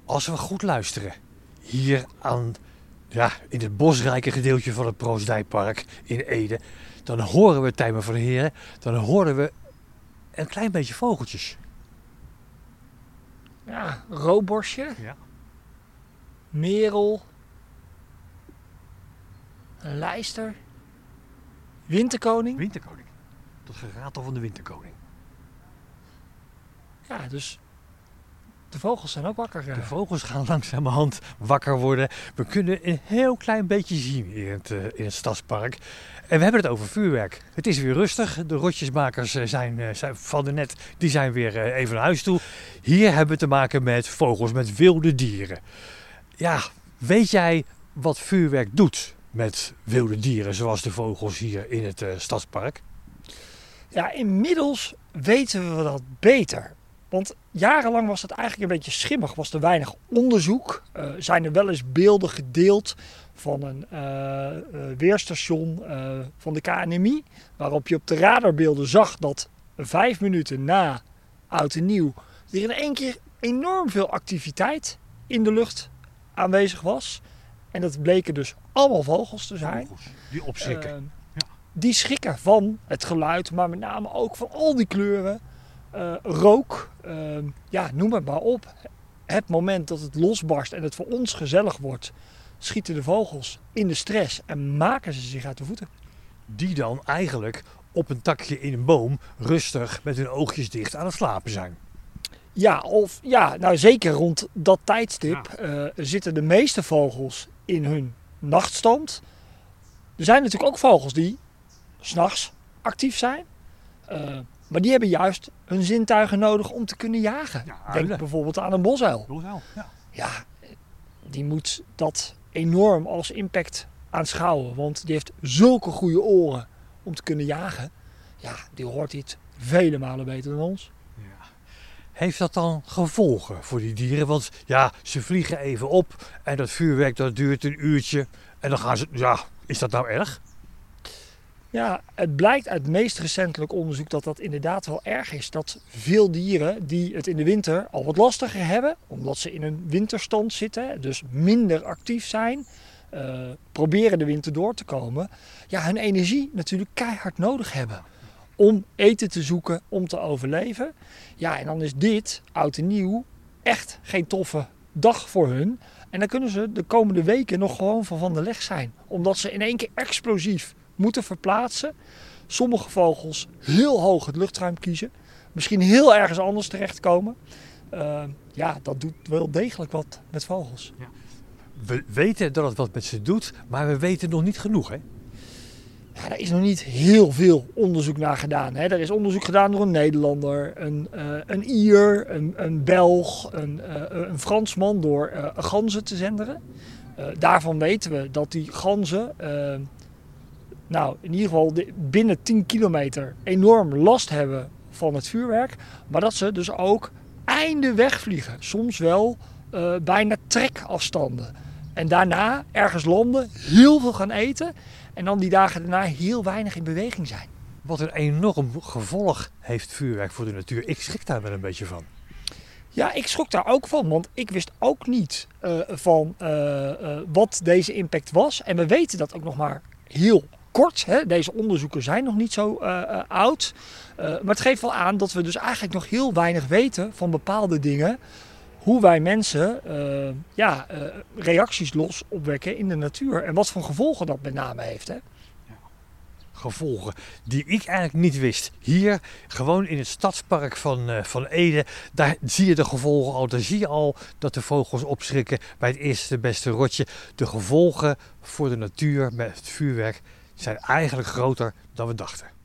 Als we goed luisteren, hier in het bosrijke gedeeltje van het Proostdijkpark in Ede, dan horen we, Tijmen van de Heren, dan horen we een klein beetje vogeltjes. Ja, roodborstje, Ja. merel, een lijster, winterkoning. Winterkoning. Dat geratel van de winterkoning. Ja, dus de vogels zijn ook wakker. De vogels gaan langzamerhand wakker worden. We kunnen een heel klein beetje zien in het stadspark. En we hebben het over vuurwerk. Het is weer rustig. De rotjesmakers zijn van de net, die zijn weer even naar huis toe. Hier hebben we te maken met vogels, met wilde dieren. Ja, weet jij wat vuurwerk doet met wilde dieren zoals de vogels hier in het stadspark? Ja, inmiddels weten we dat beter. Want jarenlang was het eigenlijk een beetje schimmig, was er weinig onderzoek. Zijn er wel eens beelden gedeeld van een weerstation van de KNMI, waarop je op de radarbeelden zag dat 5 minuten na oud en nieuw er in één keer enorm veel activiteit in de lucht aanwezig was. En dat bleken dus allemaal vogels te zijn. Vogels die opschrikken. Die schrikken van het geluid, maar met name ook van al die kleuren. Rook, noem het maar op. Het moment dat het losbarst en het voor ons gezellig wordt, schieten de vogels in de stress en maken ze zich uit de voeten. Die dan eigenlijk op een takje in een boom rustig met hun oogjes dicht aan het slapen zijn. Nou zeker rond dat tijdstip zitten de meeste vogels in hun nachtstand. Er zijn natuurlijk ook vogels die 's nachts actief zijn. Maar die hebben juist hun zintuigen nodig om te kunnen jagen. Ja, Denk bijvoorbeeld aan een bosuil. Ja, die moet dat enorm als impact aanschouwen. Want die heeft zulke goede oren om te kunnen jagen. Ja, die hoort dit vele malen beter dan ons. Ja. Heeft dat dan gevolgen voor die dieren? Want ja, ze vliegen even op en dat vuurwerk dat duurt een uurtje. En dan gaan ze, is dat nou erg? Ja, het blijkt uit het meest recentelijk onderzoek dat dat inderdaad wel erg is. Dat veel dieren die het in de winter al wat lastiger hebben, omdat ze in een winterstand zitten, dus minder actief zijn, proberen de winter door te komen, hun energie natuurlijk keihard nodig hebben om eten te zoeken, om te overleven. Ja, en dan is dit, oud en nieuw, echt geen toffe dag voor hun. En dan kunnen ze de komende weken nog gewoon van de leg zijn, omdat ze in één keer explosief moeten verplaatsen. Sommige vogels heel hoog het luchtruim kiezen. Misschien heel ergens anders terechtkomen. Dat doet wel degelijk wat met vogels. Ja. We weten dat het wat met ze doet, maar we weten nog niet genoeg, hè? Ja, er is nog niet heel veel onderzoek naar gedaan. Hè. Er is onderzoek gedaan door een Nederlander, een Ier, een Belg, een Fransman door ganzen te zenderen. Daarvan weten we dat die ganzen in ieder geval binnen 10 kilometer enorm last hebben van het vuurwerk. Maar dat ze dus ook einde wegvliegen. Soms wel bijna trekafstanden. En daarna ergens landen, heel veel gaan eten. En dan die dagen daarna heel weinig in beweging zijn. Wat een enorm gevolg heeft vuurwerk voor de natuur. Ik schrik daar wel een beetje van. Ja, ik schrok daar ook van, want ik wist ook niet wat deze impact was. En we weten dat ook nog maar heel kort. Hè. Deze onderzoeken zijn nog niet zo oud. Maar het geeft wel aan dat we dus eigenlijk nog heel weinig weten van bepaalde dingen. Hoe wij mensen reacties los opwekken in de natuur. En wat voor gevolgen dat met name heeft. Hè. Gevolgen die ik eigenlijk niet wist. Hier, gewoon in het stadspark van Ede, daar zie je de gevolgen al. Daar zie je al dat de vogels opschrikken bij het eerste beste rotje. De gevolgen voor de natuur met het vuurwerk zijn eigenlijk groter dan we dachten.